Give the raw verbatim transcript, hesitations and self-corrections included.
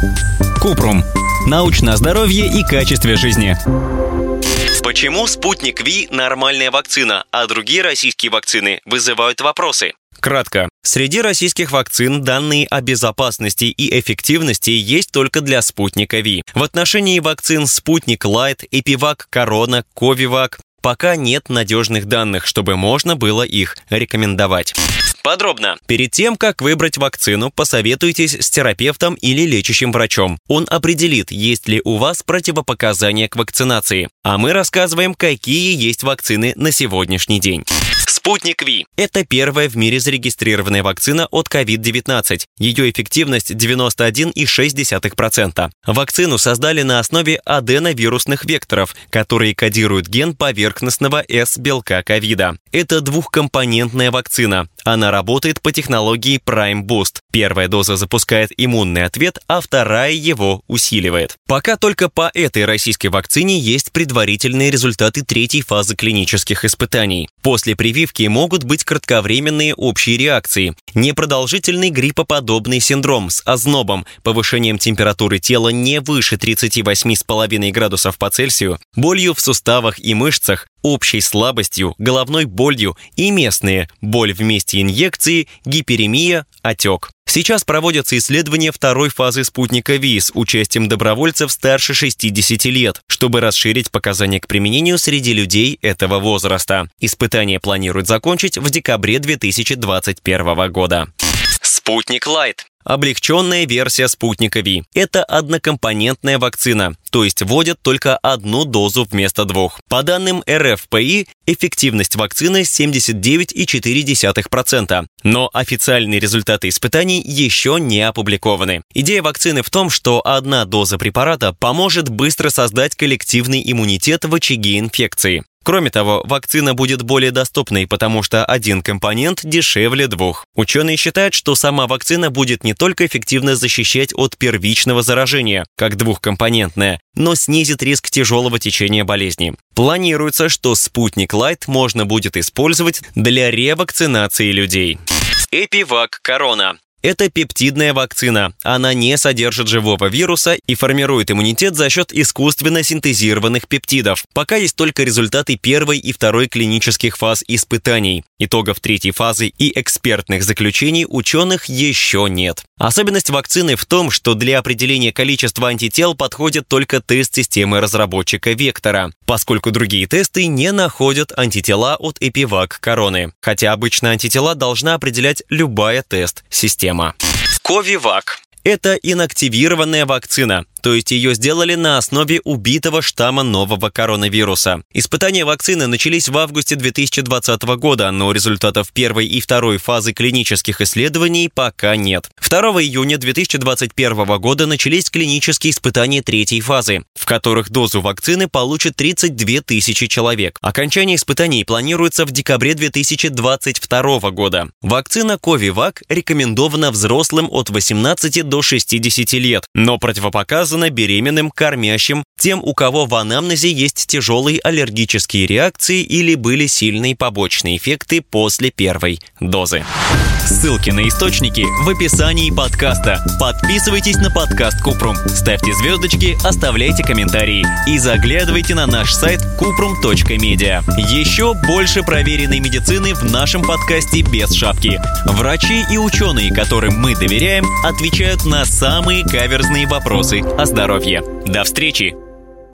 Купрум. Научное здоровье и качестве жизни. Почему «Спутник Ви» – нормальная вакцина, а другие российские вакцины вызывают вопросы? Кратко. Среди российских вакцин данные о безопасности и эффективности есть только для «Спутника Ви». В отношении вакцин «Спутник Лайт», «Эпивак Корона», «Ковивак» пока нет надежных данных, чтобы можно было их рекомендовать. Подробно. Перед тем, как выбрать вакцину, посоветуйтесь с терапевтом или лечащим врачом. Он определит, есть ли у вас противопоказания к вакцинации. А мы рассказываем, какие есть вакцины на сегодняшний день. «Спутник Ви» – это первая в мире зарегистрированная вакцина от ковид девятнадцать. Ее эффективность девяносто один и шесть десятых процента. Вакцину создали на основе аденовирусных векторов, которые кодируют ген поверхностного S-белка ковида. Это двухкомпонентная вакцина. Она работает по технологии Prime Boost. Первая доза запускает иммунный ответ, а вторая его усиливает. Пока только по этой российской вакцине есть предварительные результаты третьей фазы клинических испытаний. После прививки могут быть кратковременные общие реакции, непродолжительный гриппоподобный синдром с ознобом, повышением температуры тела не выше тридцати восьми и пяти десятых градусов по Цельсию, болью в суставах и мышцах, общей слабостью, головной болью и местные – боль в месте инъекции, гиперемия, отек. Сейчас проводятся исследования второй фазы «Спутника Ви» с участием добровольцев старше шестидесяти лет, чтобы расширить показания к применению среди людей этого возраста. Испытания планируют закончить в декабре две тысячи двадцать первого года. «Спутник Лайт». Облегченная версия «Спутника Ви». Это однокомпонентная вакцина, то есть вводят только одну дозу вместо двух. По данным эр эф пэ и, эффективность вакцины семьдесят девять и четыре десятых процента. Но официальные результаты испытаний еще не опубликованы. Идея вакцины в том, что одна доза препарата поможет быстро создать коллективный иммунитет в очаге инфекции. Кроме того, вакцина будет более доступной, потому что один компонент дешевле двух. Ученые считают, что сама вакцина будет не только эффективно защищать от первичного заражения, как двухкомпонентная, но снизит риск тяжелого течения болезни. Планируется, что «Спутник Лайт» можно будет использовать для ревакцинации людей. Эпивак Корона. Это пептидная вакцина. Она не содержит живого вируса и формирует иммунитет за счет искусственно синтезированных пептидов. Пока есть только результаты первой и второй клинических фаз испытаний. Итогов третьей фазы и экспертных заключений ученых еще нет. Особенность вакцины в том, что для определения количества антител подходит только тест системы разработчика вектора, поскольку другие тесты не находят антитела от Эпивак Короны, хотя обычно антитела должна определять любая тест-система. Ковивак. Это инактивированная вакцина, то есть ее сделали на основе убитого штамма нового коронавируса. Испытания вакцины начались в августе две тысячи двадцатого года, но результатов первой и второй фазы клинических исследований пока нет. второго июня две тысячи двадцать первого года начались клинические испытания третьей фазы, в которых дозу вакцины получат тридцать две тысячи человек. Окончание испытаний планируется в декабре две тысячи двадцать второго года. Вакцина Ковивак рекомендована взрослым от восемнадцати до шестидесяти лет, но противопоказана беременным, кормящим, тем, у кого в анамнезе есть тяжелые аллергические реакции или были сильные побочные эффекты после первой дозы. Ссылки на источники в описании подкаста. Подписывайтесь на подкаст Купрум, ставьте звездочки, оставляйте комментарии и заглядывайте на наш сайт купрум точка медиа. Еще больше проверенной медицины в нашем подкасте без шапки. Врачи и ученые, которым мы доверяем, отвечают на самые каверзные вопросы о здоровье. До встречи!